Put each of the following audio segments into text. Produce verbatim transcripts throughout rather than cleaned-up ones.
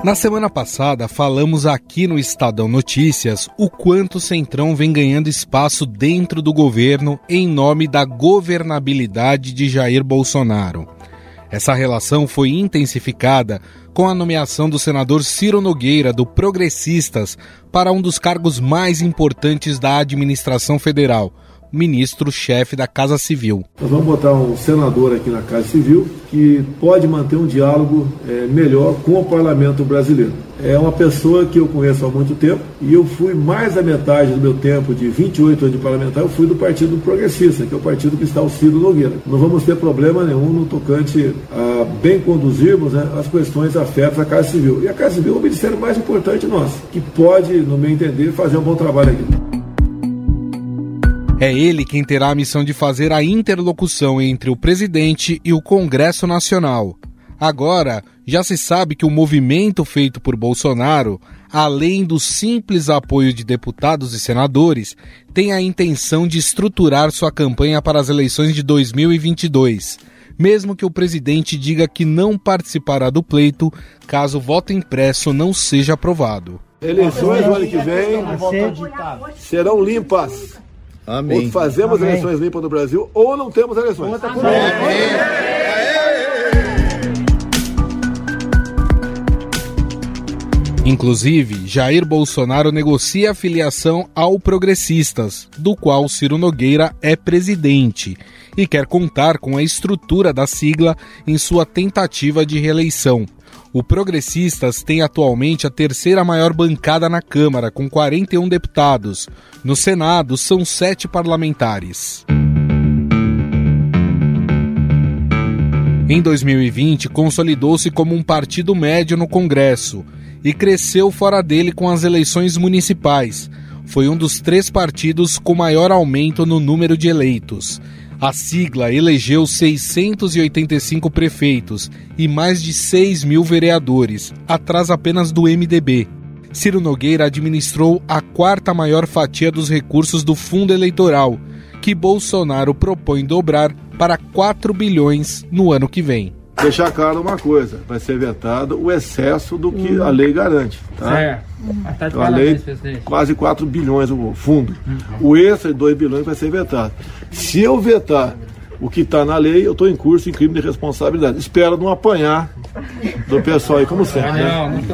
Na semana passada, falamos aqui no Estadão Notícias o quanto o Centrão vem ganhando espaço dentro do governo em nome da governabilidade de Jair Bolsonaro. Essa relação foi intensificada com a nomeação do senador Ciro Nogueira, do Progressistas, para um dos cargos mais importantes da administração federal, ministro-chefe da Casa Civil. Nós vamos botar um senador aqui na Casa Civil que pode manter um diálogo é, melhor com o parlamento brasileiro. É uma pessoa que eu conheço há muito tempo e eu fui mais da metade do meu tempo, de vinte e oito anos de parlamentar, eu fui do Partido Progressista, que é o partido que está o Ciro Nogueira. Não vamos ter problema nenhum no tocante a bem conduzirmos, né, as questões afetas à Casa Civil. E a Casa Civil é o ministério mais importante nosso, que pode, no meu entender, fazer um bom trabalho aqui. É ele quem terá a missão de fazer a interlocução entre o presidente e o Congresso Nacional. Agora, já se sabe que o movimento feito por Bolsonaro, além do simples apoio de deputados e senadores, tem a intenção de estruturar sua campanha para as eleições de dois mil e vinte e dois, mesmo que o presidente diga que não participará do pleito caso o voto impresso não seja aprovado. Eleições no ano que vem serão limpas. Amém. Ou fazemos Amém. eleições limpas no Brasil, ou não temos eleições. Inclusive, Jair Bolsonaro negocia a filiação ao Progressistas, do qual Ciro Nogueira é presidente, e quer contar com a estrutura da sigla em sua tentativa de reeleição. O Progressistas tem atualmente a terceira maior bancada na Câmara, com quarenta e um deputados. No Senado, são sete parlamentares. Em dois mil e vinte, consolidou-se como um partido médio no Congresso e cresceu fora dele com as eleições municipais. Foi um dos três partidos com maior aumento no número de eleitos. A sigla elegeu seiscentos e oitenta e cinco prefeitos e mais de seis mil vereadores, atrás apenas do M D B. Ciro Nogueira administrou a quarta maior fatia dos recursos do fundo eleitoral, que Bolsonaro propõe dobrar para quatro bilhões no ano que vem. Deixar claro uma coisa, vai ser vetado o excesso do que a lei garante. Tá? É. Então, a lei, quase quatro bilhões o fundo. O extra de dois bilhões vai ser vetado. Se eu vetar o que está na lei, eu estou em curso em crime de responsabilidade. Espero não apanhar do pessoal aí, como sempre. Né?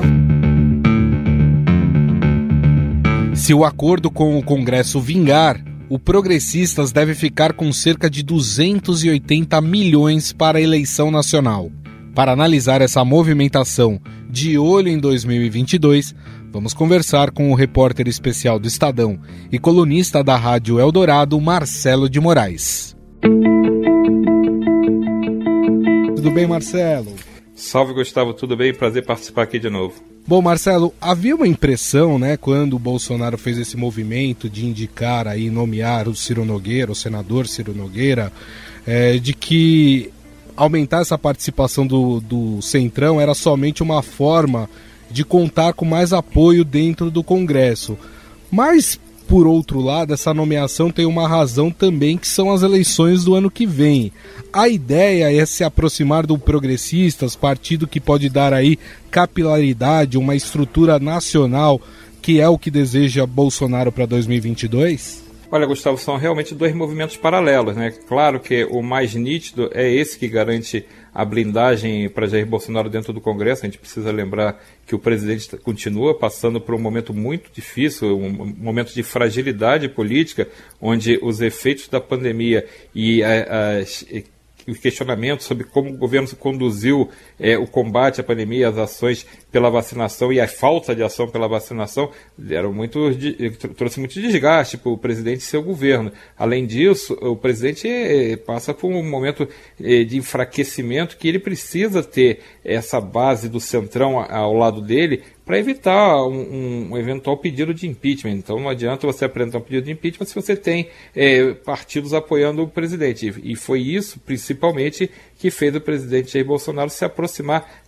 Se o acordo com o Congresso vingar, o Progressistas deve ficar com cerca de duzentos e oitenta milhões para a eleição nacional. Para analisar essa movimentação de olho em dois mil e vinte e dois, vamos conversar com o repórter especial do Estadão e colunista da Rádio Eldorado, Marcelo de Moraes. Tudo bem, Marcelo? Salve, Gustavo, tudo bem? Prazer participar aqui de novo. Bom, Marcelo, havia uma impressão, né, quando o Bolsonaro fez esse movimento de indicar aí, nomear o Ciro Nogueira, o senador Ciro Nogueira, é, de que aumentar essa participação do, do Centrão era somente uma forma de contar com mais apoio dentro do Congresso. Mas, por outro lado, essa nomeação tem uma razão também, que são as eleições do ano que vem. A ideia é se aproximar do Progressistas, partido que pode dar aí capilaridade, uma estrutura nacional, que é o que deseja Bolsonaro para dois mil e vinte e dois? Olha, Gustavo, são realmente dois movimentos paralelos, né? Claro que o mais nítido é esse que garante a blindagem para Jair Bolsonaro dentro do Congresso. A gente precisa lembrar que o presidente continua passando por um momento muito difícil, um momento de fragilidade política, onde os efeitos da pandemia e as os questionamentos sobre como o governo conduziu é, o combate à pandemia, as ações pela vacinação e a falta de ação pela vacinação deram muito, trouxe muito desgaste para o presidente e seu governo. Além disso, o presidente é, passa por um momento é, de enfraquecimento, que ele precisa ter essa base do Centrão ao lado dele para evitar um, um eventual pedido de impeachment. Então não adianta você apresentar um pedido de impeachment se você tem é, partidos apoiando o presidente. E foi isso, principalmente, que fez o presidente Jair Bolsonaro se aproximar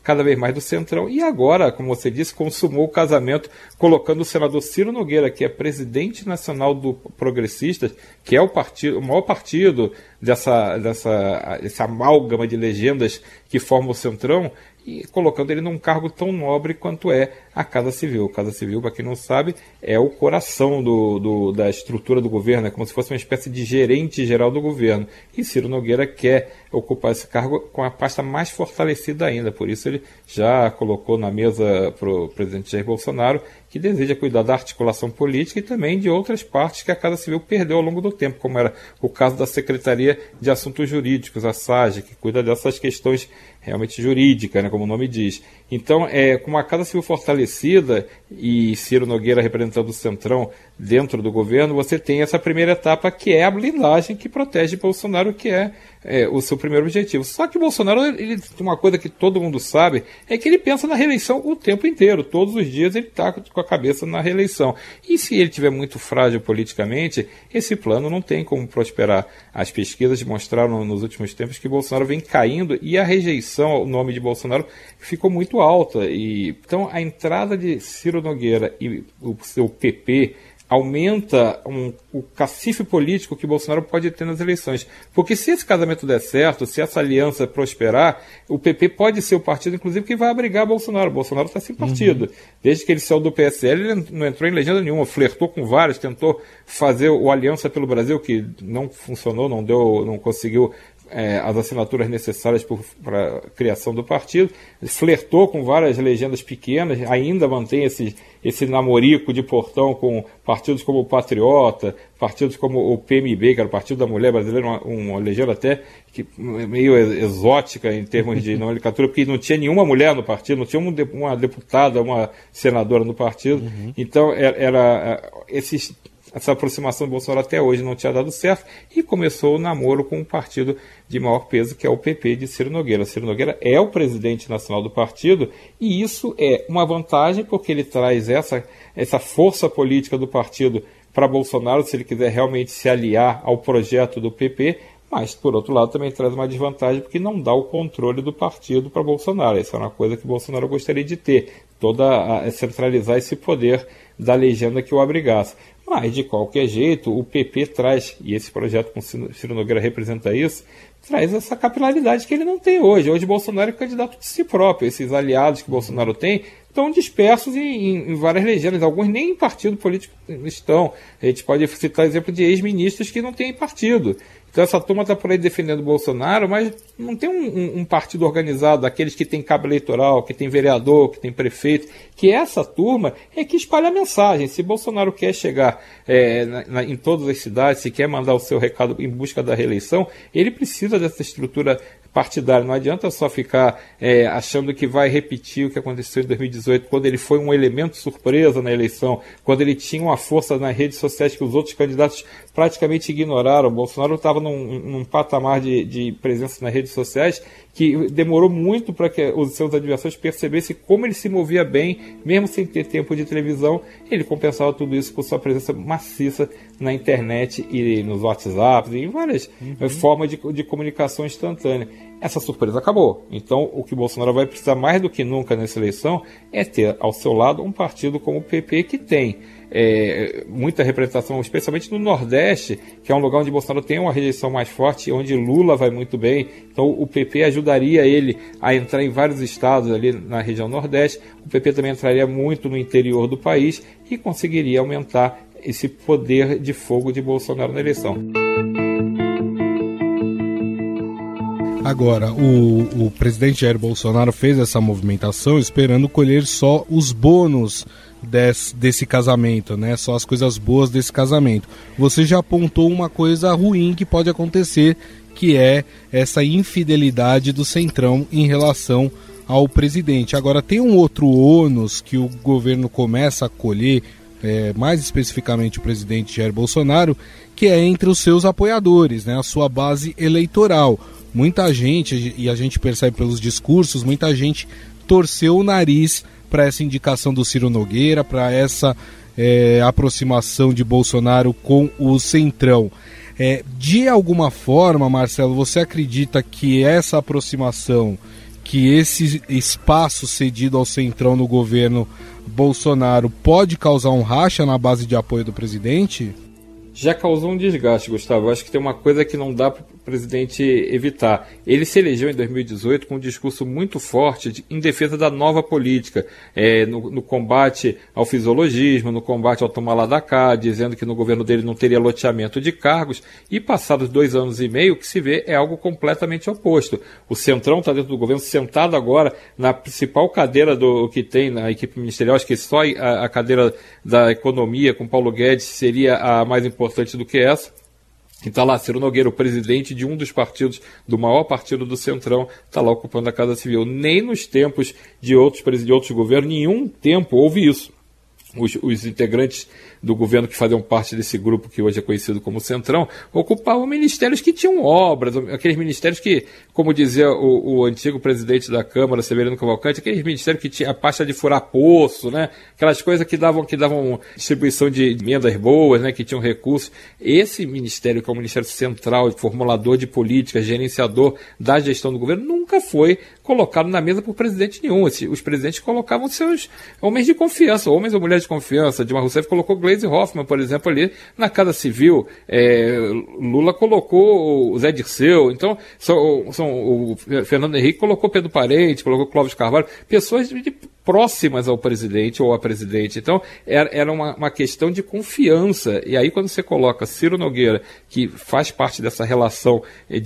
cada vez mais do Centrão. E agora, como você disse, consumou o casamento colocando o senador Ciro Nogueira, que é presidente nacional do Progressistas, que é o, partido, o maior partido dessa, dessa essa amálgama de legendas que forma o Centrão, e colocando ele num cargo tão nobre quanto é a Casa Civil. A Casa Civil, para quem não sabe, é o coração do, do, da estrutura do governo, é como se fosse uma espécie de gerente geral do governo. E Ciro Nogueira quer ocupar esse cargo com a pasta mais fortalecida ainda, por isso ele já colocou na mesa para o presidente Jair Bolsonaro que deseja cuidar da articulação política e também de outras partes que a Casa Civil perdeu ao longo do tempo, como era o caso da Secretaria de Assuntos Jurídicos, a SAGE, que cuida dessas questões realmente jurídicas, né, como o nome diz. Então, é, com a Casa Civil fortalecida e Ciro Nogueira representando o Centrão dentro do governo, você tem essa primeira etapa, que é a blindagem que protege Bolsonaro, que é, é o seu primeiro objetivo. Só que Bolsonaro, ele, uma coisa que todo mundo sabe, é que ele pensa na reeleição o tempo inteiro. Todos os dias ele está com a cabeça na reeleição. E se ele estiver muito frágil politicamente, esse plano não tem como prosperar. As pesquisas mostraram nos últimos tempos que Bolsonaro vem caindo e a rejeição ao nome de Bolsonaro ficou muito alta. E, então, a entrada de Ciro Nogueira e o seu P P aumenta um, o cacife político que Bolsonaro pode ter nas eleições. Porque se esse casamento der certo, se essa aliança prosperar, o P P pode ser o partido, inclusive, que vai abrigar Bolsonaro. Bolsonaro está sem partido. Uhum. Desde que ele saiu do P S L, ele não entrou em legenda nenhuma, flertou com vários, tentou fazer o Aliança pelo Brasil, que não funcionou, não deu, não conseguiu É, as assinaturas necessárias para a criação do partido, flertou com várias legendas pequenas, ainda mantém esse, esse namorico de portão com partidos como o Patriota, partidos como o P M B, que era o Partido da Mulher Brasileira, uma, uma legenda até que, meio exótica em termos de nomenclatura, porque não tinha nenhuma mulher no partido, não tinha um, uma deputada, uma senadora no partido, uhum. Então era, era esses essa aproximação do Bolsonaro até hoje não tinha dado certo e começou o namoro com um partido de maior peso, que é o P P de Ciro Nogueira. Ciro Nogueira é o presidente nacional do partido e isso é uma vantagem porque ele traz essa, essa força política do partido para Bolsonaro, se ele quiser realmente se aliar ao projeto do P P, mas, por outro lado, também traz uma desvantagem porque não dá o controle do partido para Bolsonaro. Essa é uma coisa que Bolsonaro gostaria de ter, toda a, a centralizar esse poder da legenda que o abrigasse. Mas, de qualquer jeito, o P P traz, e esse projeto com Ciro Nogueira representa isso, traz essa capilaridade que ele não tem hoje. Hoje Bolsonaro é candidato de si próprio. Esses aliados que Bolsonaro tem estão dispersos em, em várias legendas. Alguns nem em partido político estão. A gente pode citar exemplo de ex-ministros que não têm partido. Então essa turma está por aí defendendo o Bolsonaro, mas não tem um, um, um partido organizado, aqueles que tem cabo eleitoral, que tem vereador, que tem prefeito, que essa turma é que espalha a mensagem. Se Bolsonaro quer chegar é, na, na, em todas as cidades, se quer mandar o seu recado em busca da reeleição, ele precisa dessa estrutura partidária. Não adianta só ficar é, achando que vai repetir o que aconteceu em dois mil e dezoito, quando ele foi um elemento surpresa na eleição, quando ele tinha uma força nas redes sociais que os outros candidatos praticamente ignoraram. O Bolsonaro estava num, num patamar de, de presença nas redes sociais que demorou muito para que os seus adversários percebessem como ele se movia bem, mesmo sem ter tempo de televisão. Ele compensava tudo isso com sua presença maciça na internet e nos WhatsApp, em várias uhum. formas de, de comunicação instantânea. Essa surpresa acabou. Então, o que o Bolsonaro vai precisar mais do que nunca nessa eleição é ter ao seu lado um partido como o P P, que tem é, muita representação, especialmente no Nordeste, que é um lugar onde Bolsonaro tem uma rejeição mais forte, onde Lula vai muito bem. Então, o P P ajudaria ele a entrar em vários estados ali na região Nordeste. O P P também entraria muito no interior do país e conseguiria aumentar esse poder de fogo de Bolsonaro na eleição. Agora, o, o presidente Jair Bolsonaro fez essa movimentação esperando colher só os bônus desse, desse casamento, né? Só as coisas boas desse casamento. Você já apontou uma coisa ruim que pode acontecer, que é essa infidelidade do Centrão em relação ao presidente. Agora, tem um outro ônus que o governo começa a colher, é, mais especificamente o presidente Jair Bolsonaro, que é entre os seus apoiadores, né? A sua base eleitoral. Muita gente, e a gente percebe pelos discursos, muita gente torceu o nariz para essa indicação do Ciro Nogueira, para essa é, aproximação de Bolsonaro com o Centrão. É, de alguma forma, Marcelo, você acredita que essa aproximação que esse espaço cedido ao Centrão no governo Bolsonaro pode causar um racha na base de apoio do presidente? Já causou um desgaste, Gustavo. Acho que tem uma coisa que não dá para o presidente evitar. Ele se elegeu em dois mil e dezoito com um discurso muito forte de, em defesa da nova política, é, no, no combate ao fisiologismo, no combate ao tomar lá da cá, dizendo que no governo dele não teria loteamento de cargos, e passados dois anos e meio, o que se vê é algo completamente oposto. O Centrão está dentro do governo, sentado agora na principal cadeira do que tem na equipe ministerial. Acho que só a, a cadeira da economia com Paulo Guedes seria a mais importante do que essa. Está lá Ciro Nogueira, o presidente de um dos partidos, do maior partido do Centrão, está lá ocupando a Casa Civil. Nem nos tempos de outros, de outros governos, nenhum tempo houve isso. Os, os integrantes do governo que faziam parte desse grupo que hoje é conhecido como Centrão, ocupavam ministérios que tinham obras, aqueles ministérios que, como dizia o, o antigo presidente da Câmara, Severino Cavalcante, aqueles ministérios que tinha a pasta de furar poço, né? Aquelas coisas que davam, que davam distribuição de emendas boas, né? Que tinham recursos. Esse ministério, que é o Ministério Central, formulador de políticas, gerenciador da gestão do governo, nunca foi colocado na mesa por presidente nenhum. Os presidentes colocavam seus homens de confiança, homens ou mulheres de confiança. Dilma Rousseff colocou Gleisi Hoffmann, por exemplo, ali na Casa Civil. É, Lula colocou o Zé Dirceu. Então, são, são, o Fernando Henrique colocou Pedro Parente, colocou Clóvis Carvalho, pessoas de, de, próximas ao presidente ou à presidente. Então, era, era uma, uma questão de confiança. E aí, quando você coloca Ciro Nogueira, que faz parte dessa relação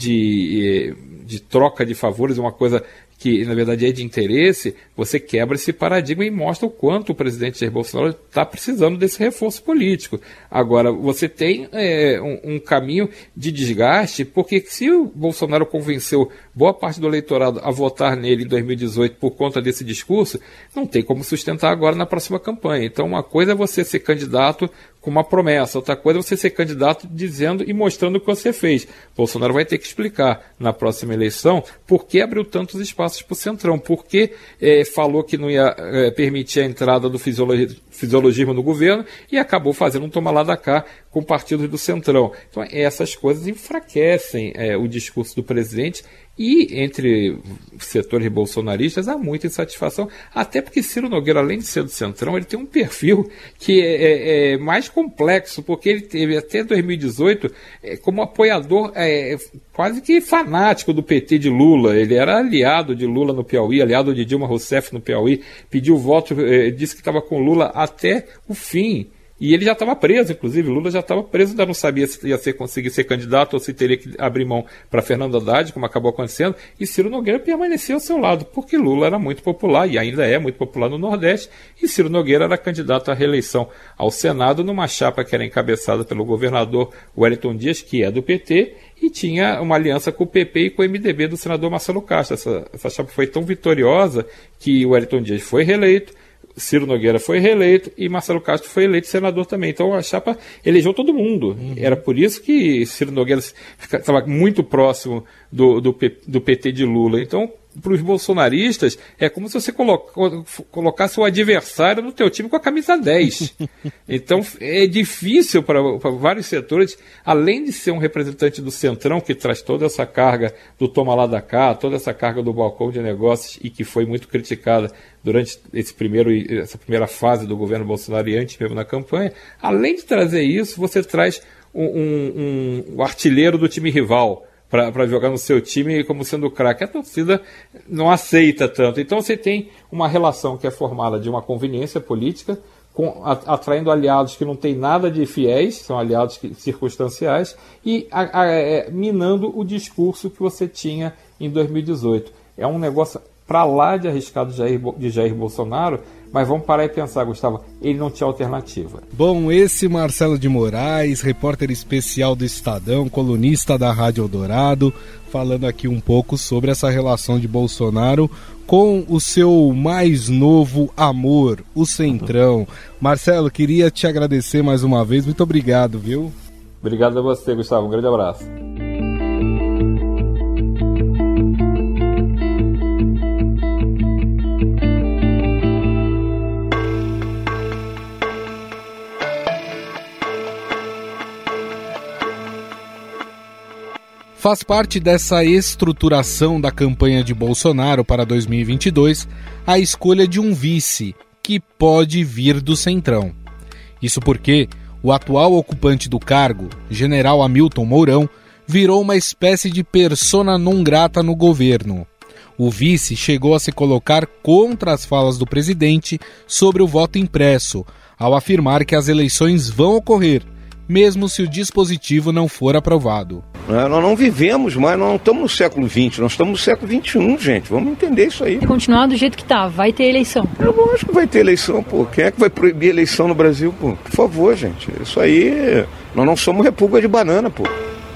de, de troca de favores, uma coisa que, na verdade, é de interesse, você quebra esse paradigma e mostra o quanto o presidente Jair Bolsonaro está precisando desse reforço político. Agora, você tem é, um, um caminho de desgaste, porque se o Bolsonaro convenceu boa parte do eleitorado a votar nele em dois mil e dezoito por conta desse discurso, não tem como sustentar agora na próxima campanha. Então, uma coisa é você ser candidato com uma promessa, outra coisa é você ser candidato dizendo e mostrando o que você fez. Bolsonaro vai ter que explicar na próxima eleição por que abriu tantos espaços para o Centrão, por que é, falou que não ia é, permitir a entrada do fisiologi- fisiologismo no governo e acabou fazendo um toma lá da cá com partidos do Centrão. Então, essas coisas enfraquecem é, o discurso do presidente. E entre setores bolsonaristas há muita insatisfação, até porque Ciro Nogueira, além de ser do Centrão, ele tem um perfil que é, é, é mais complexo, porque ele teve até dois mil e dezoito é, como apoiador é, quase que fanático do P T de Lula. Ele era aliado de Lula no Piauí, aliado de Dilma Rousseff no Piauí, pediu voto, é, disse que estava com Lula até o fim. E ele já estava preso, inclusive, Lula já estava preso, ainda não sabia se ia ser, conseguir ser candidato ou se teria que abrir mão para Fernando Haddad, como acabou acontecendo, e Ciro Nogueira permaneceu ao seu lado, porque Lula era muito popular, e ainda é muito popular no Nordeste, e Ciro Nogueira era candidato à reeleição ao Senado, numa chapa que era encabeçada pelo governador Wellington Dias, que é do P T, e tinha uma aliança com o P P e com o M D B do senador Marcelo Castro. Essa, essa chapa foi tão vitoriosa que o Wellington Dias foi reeleito, Ciro Nogueira foi reeleito e Marcelo Castro foi eleito senador também. Então a chapa elegeu todo mundo. Uhum. Era por isso que Ciro Nogueira estava muito próximo do, do, do P T de Lula. Então, para os bolsonaristas, é como se você coloca, colocasse o adversário no teu time com a camisa dez. Então, é difícil para, para vários setores, além de ser um representante do Centrão, que traz toda essa carga do toma lá da cá, toda essa carga do balcão de negócios, e que foi muito criticada durante esse primeiro, essa primeira fase do governo Bolsonaro e antes mesmo na campanha. Além de trazer isso, você traz um, um, um artilheiro do time rival para jogar no seu time como sendo craque. A torcida não aceita tanto. Então você tem uma relação que é formada de uma conveniência política, com, a, atraindo aliados que não têm nada de fiéis, são aliados que, circunstanciais, e a, a, é, minando o discurso que você tinha em dois mil e dezoito. É um negócio para lá de arriscado de Jair, de Jair Bolsonaro, mas vamos parar e pensar, Gustavo, ele não tinha alternativa. Bom, esse Marcelo de Moraes, repórter especial do Estadão, colunista da Rádio Eldorado, falando aqui um pouco sobre essa relação de Bolsonaro com o seu mais novo amor, o Centrão. Uhum. Marcelo, queria te agradecer mais uma vez, muito obrigado, viu? Obrigado a você, Gustavo, um grande abraço. Faz parte dessa estruturação da campanha de Bolsonaro para dois mil e vinte e dois a escolha de um vice, que pode vir do Centrão. Isso porque o atual ocupante do cargo, general Hamilton Mourão, virou uma espécie de persona non grata no governo. O vice chegou a se colocar contra as falas do presidente sobre o voto impresso, ao afirmar que as eleições vão ocorrer, mesmo se o dispositivo não for aprovado. Nós não vivemos mais, nós não estamos no século vinte, nós estamos no século vinte e um, gente. Vamos entender isso aí. Se continuar do jeito que está, vai ter eleição. Eu acho que vai ter eleição, pô. Quem é que vai proibir eleição no Brasil, pô? Por favor, gente. Isso aí, nós não somos república de banana, pô.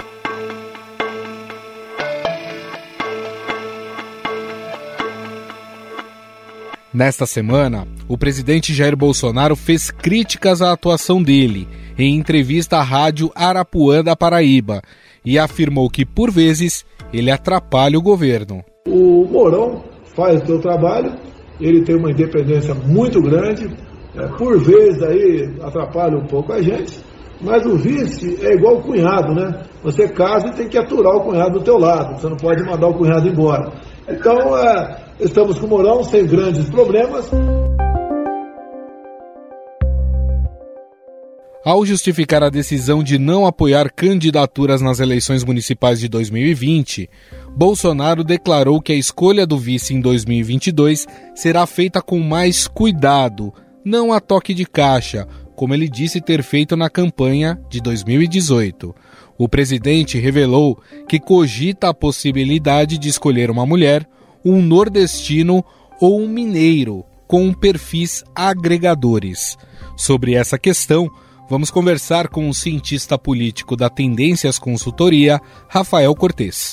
Nesta semana, o presidente Jair Bolsonaro fez críticas à atuação dele em entrevista à rádio Arapuã da Paraíba e afirmou que, por vezes, ele atrapalha o governo. O Mourão faz o seu trabalho, ele tem uma independência muito grande, é, por vezes aí atrapalha um pouco a gente, mas o vice é igual o cunhado, né? Você casa e tem que aturar o cunhado do teu lado, você não pode mandar o cunhado embora. Então, é, estamos com o Mourão sem grandes problemas. Ao justificar a decisão de não apoiar candidaturas nas eleições municipais de dois mil e vinte, Bolsonaro declarou que a escolha do vice em dois mil e vinte e dois será feita com mais cuidado, não a toque de caixa, como ele disse ter feito na campanha de dois mil e dezoito. O presidente revelou que cogita a possibilidade de escolher uma mulher, um nordestino ou um mineiro, com perfis agregadores. Sobre essa questão, vamos conversar com o cientista político da Tendências Consultoria, Rafael Cortes.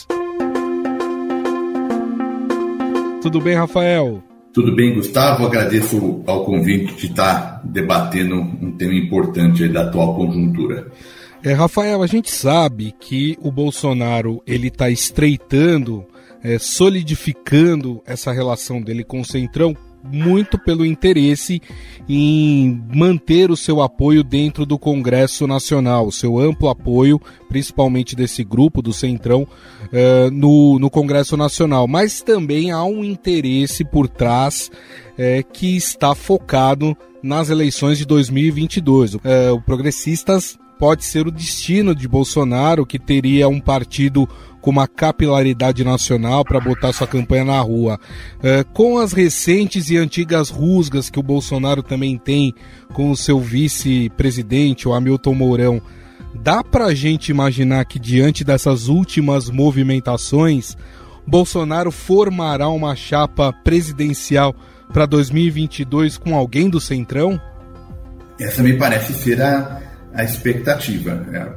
Tudo bem, Rafael? Tudo bem, Gustavo. Agradeço ao convite de estar debatendo um tema importante aí da atual conjuntura. É, Rafael, a gente sabe que o Bolsonaro ele está estreitando, é, solidificando essa relação dele com o Centrão muito pelo interesse em manter o seu apoio dentro do Congresso Nacional, o seu amplo apoio, principalmente desse grupo do Centrão, uh, no, no Congresso Nacional. Mas também há um interesse por trás uh, que está focado nas eleições de dois mil e vinte e dois. Uh, o Progressistas pode ser o destino de Bolsonaro, que teria um partido com uma capilaridade nacional para botar sua campanha na rua. É, com as recentes e antigas rusgas que o Bolsonaro também tem com o seu vice-presidente, o Hamilton Mourão, dá para a gente imaginar que diante dessas últimas movimentações, Bolsonaro formará uma chapa presidencial para dois mil e vinte e dois com alguém do Centrão? Essa me parece ser a, a expectativa, né?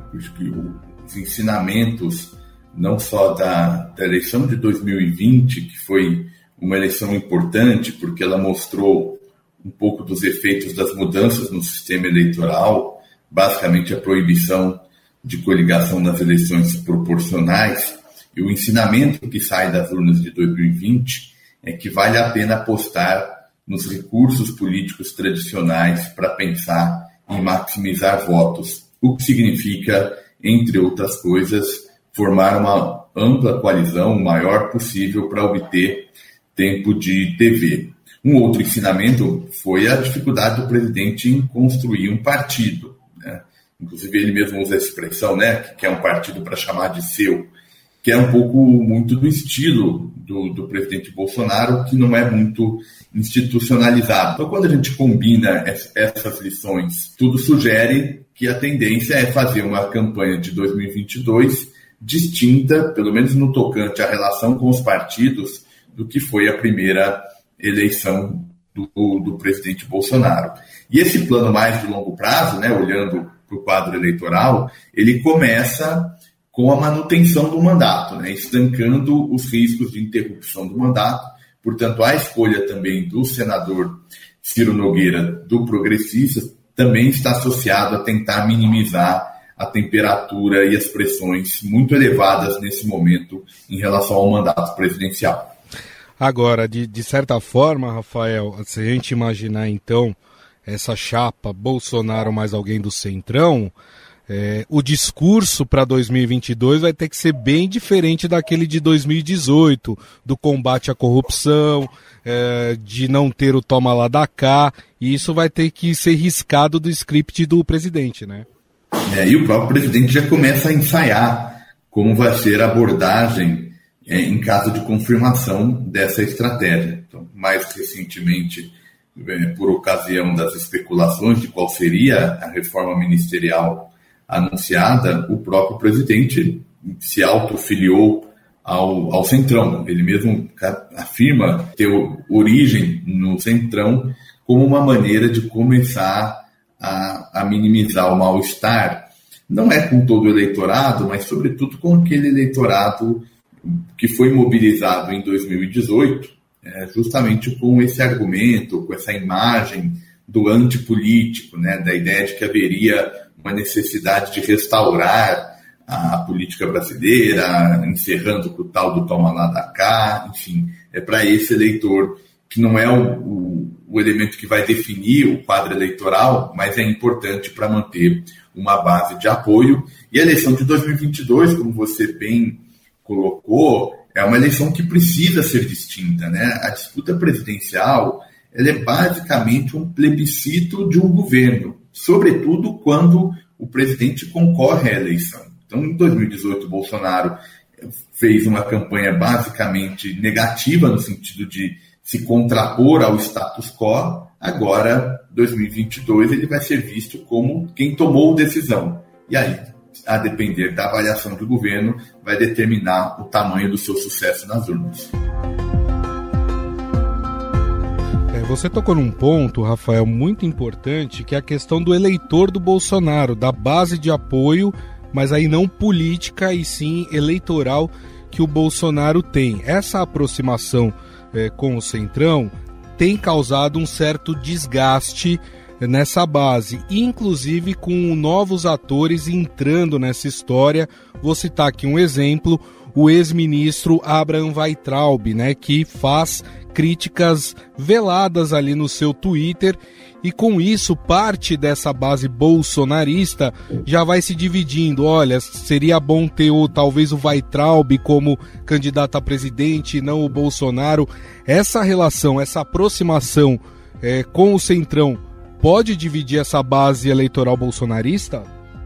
Os ensinamentos não só da, da eleição de dois mil e vinte, que foi uma eleição importante porque ela mostrou um pouco dos efeitos das mudanças no sistema eleitoral, basicamente a proibição de coligação nas eleições proporcionais, e o ensinamento que sai das urnas de dois mil e vinte é que vale a pena apostar nos recursos políticos tradicionais para pensar em maximizar votos, o que significa, entre outras coisas, formar uma ampla coalizão, o maior possível, para obter tempo de T V. Um outro ensinamento foi a dificuldade do presidente em construir um partido, né? Inclusive ele mesmo usa a expressão, né, que é um partido para chamar de seu, que é um pouco muito do estilo do, do presidente Bolsonaro, que não é muito institucionalizado. Então, quando a gente combina essas lições, tudo sugere que a tendência é fazer uma campanha de dois mil e vinte e dois distinta, pelo menos no tocante à relação com os partidos, do que foi a primeira eleição do, do presidente Bolsonaro. E esse plano mais de longo prazo, né, olhando para o quadro eleitoral, ele começa com a manutenção do mandato, né, estancando os riscos de interrupção do mandato. Portanto, a escolha também do senador Ciro Nogueira, do Progressistas, também está associado a tentar minimizar a temperatura e as pressões muito elevadas nesse momento em relação ao mandato presidencial. Agora, de, de certa forma, Rafael, se a gente imaginar então essa chapa Bolsonaro mais alguém do Centrão, É, o discurso para dois mil e vinte e dois vai ter que ser bem diferente daquele de dois mil e dezoito, do combate à corrupção, é, de não ter o toma lá da cá, e isso vai ter que ser riscado do script do presidente, né? É, e o próprio presidente já começa a ensaiar como vai ser a abordagem é, em caso de confirmação dessa estratégia. Então, mais recentemente, é, por ocasião das especulações de qual seria a reforma ministerial anunciada, o próprio presidente se autofiliou ao, ao Centrão. Ele mesmo afirma ter origem no Centrão como uma maneira de começar a, a minimizar o mal-estar. Não é com todo o eleitorado, mas sobretudo com aquele eleitorado que foi mobilizado em dois mil e dezoito, é, justamente com esse argumento, com essa imagem do antipolítico, né, da ideia de que haveria uma necessidade de restaurar a política brasileira, encerrando com o tal do toma lá da cá, enfim, é para esse eleitor que não é o, o, o elemento que vai definir o quadro eleitoral, mas é importante para manter uma base de apoio. E a eleição de dois mil e vinte e dois, como você bem colocou, é uma eleição que precisa ser distinta, né? A disputa presidencial, ela é basicamente um plebiscito de um governo, sobretudo quando o presidente concorre à eleição. Então, em dois mil e dezoito, Bolsonaro fez uma campanha basicamente negativa, no sentido de se contrapor ao status quo. Agora, dois mil e vinte e dois, ele vai ser visto como quem tomou decisão. E aí, a depender da avaliação do governo, vai determinar o tamanho do seu sucesso nas urnas. Você tocou num ponto, Rafael, muito importante, que é a questão do eleitor do Bolsonaro, da base de apoio, mas aí não política e sim eleitoral que o Bolsonaro tem. Essa aproximação é, com o Centrão tem causado um certo desgaste nessa base, inclusive com novos atores entrando nessa história. Vou citar aqui um exemplo, o ex-ministro Abraham Weintraub, né, que faz críticas veladas ali no seu Twitter, e com isso parte dessa base bolsonarista já vai se dividindo. Olha, seria bom ter o, talvez o Weintraub como candidato a presidente e não o Bolsonaro. Essa relação, essa aproximação é, com o Centrão pode dividir essa base eleitoral bolsonarista?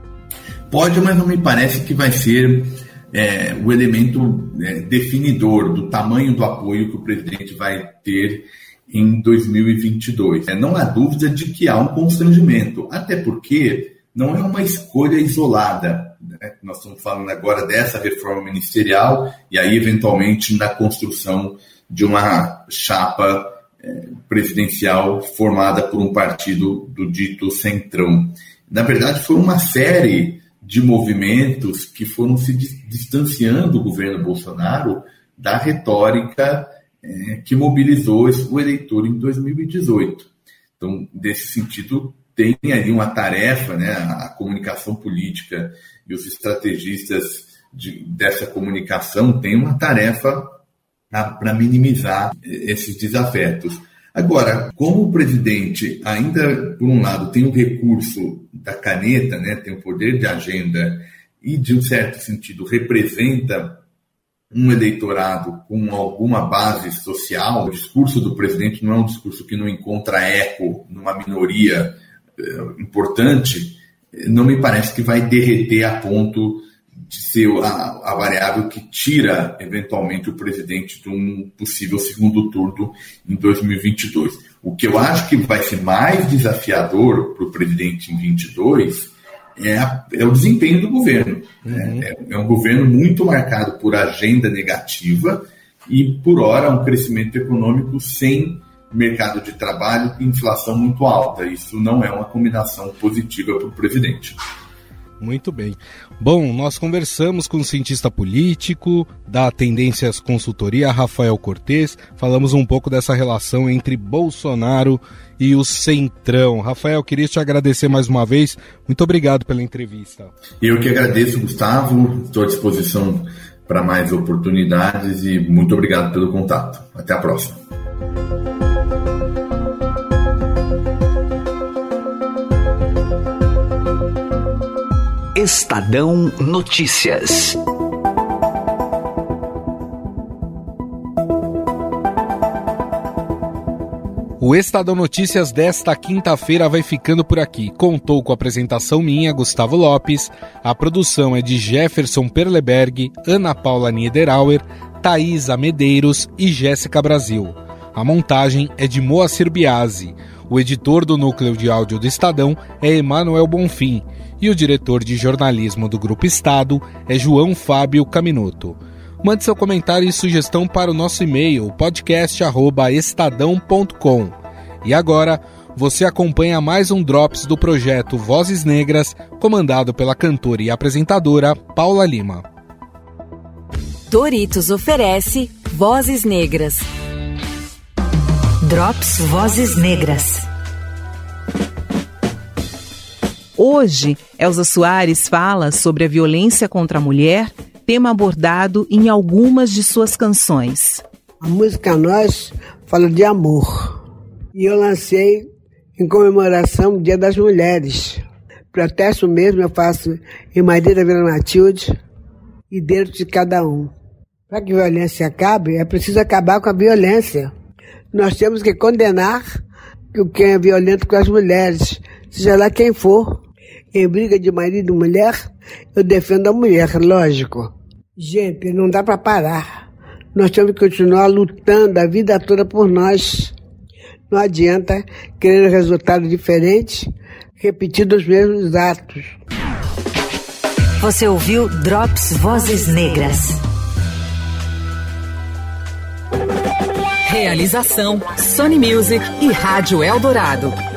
Pode, mas não me parece que vai ser É, o elemento é, definidor do tamanho do apoio que o presidente vai ter em dois mil e vinte e dois. É, não há dúvida de que há um constrangimento, até porque não é uma escolha isolada, né? Nós estamos falando agora dessa reforma ministerial e aí, eventualmente, na construção de uma chapa é, presidencial formada por um partido do dito Centrão. Na verdade, foi uma série de movimentos que foram se distanciando do governo Bolsonaro da retórica é, que mobilizou o eleitor em dois mil e dezoito. Então, nesse sentido, tem ali uma tarefa, né, a comunicação política e os estrategistas de, dessa comunicação têm uma tarefa para minimizar esses desafetos. Agora, como o presidente ainda, por um lado, tem o recurso da caneta, né, tem o poder de agenda e, de um certo sentido, representa um eleitorado com alguma base social, o discurso do presidente não é um discurso que não encontra eco numa minoria eh, importante, não me parece que vai derreter a ponto de ser a, a variável que tira, eventualmente, o presidente de um possível segundo turno em dois mil e vinte e dois. O que eu acho que vai ser mais desafiador para o presidente em vinte e dois é, a, é o desempenho do governo. Uhum. É, é um governo muito marcado por agenda negativa e, por hora, um crescimento econômico sem mercado de trabalho e inflação muito alta. Isso não é uma combinação positiva para o presidente. Muito bem. Bom, nós conversamos com o cientista político da Tendências Consultoria, Rafael Cortes. Falamos um pouco dessa relação entre Bolsonaro e o Centrão. Rafael, queria te agradecer mais uma vez. Muito obrigado pela entrevista. Eu que agradeço, Gustavo. Estou à disposição para mais oportunidades e muito obrigado pelo contato. Até a próxima. Estadão Notícias. O Estadão Notícias desta quinta-feira vai ficando por aqui. Contou com a apresentação minha, Gustavo Lopes. A produção é de Jefferson Perleberg, Ana Paula Niederauer, Thaisa Medeiros e Jéssica Brasil. A montagem é de Moacir Biasi. O editor do núcleo de áudio do Estadão é Emanuel Bonfim. E o diretor de jornalismo do Grupo Estado é João Fábio Caminoto. Mande seu comentário e sugestão para o nosso e-mail, podcast arroba estadão ponto com. E agora, você acompanha mais um Drops do projeto Vozes Negras, comandado pela cantora e apresentadora Paula Lima. Doritos oferece Vozes Negras. Drops Vozes Negras. Hoje, Elza Soares fala sobre a violência contra a mulher, tema abordado em algumas de suas canções. A música Nós fala de amor. E eu lancei em comemoração do Dia das Mulheres. Protesto mesmo eu faço em Madeira Vila Matilde e dentro de cada um. Para que a violência acabe, é preciso acabar com a violência. Nós temos que condenar quem é violento com as mulheres, seja lá quem for. Em briga de marido e mulher, eu defendo a mulher, lógico. Gente, não dá para parar. Nós temos que continuar lutando a vida toda por nós. Não adianta querer resultado diferente, repetindo os mesmos atos. Você ouviu Drops Vozes Negras. Realização Sony Music e Rádio Eldorado.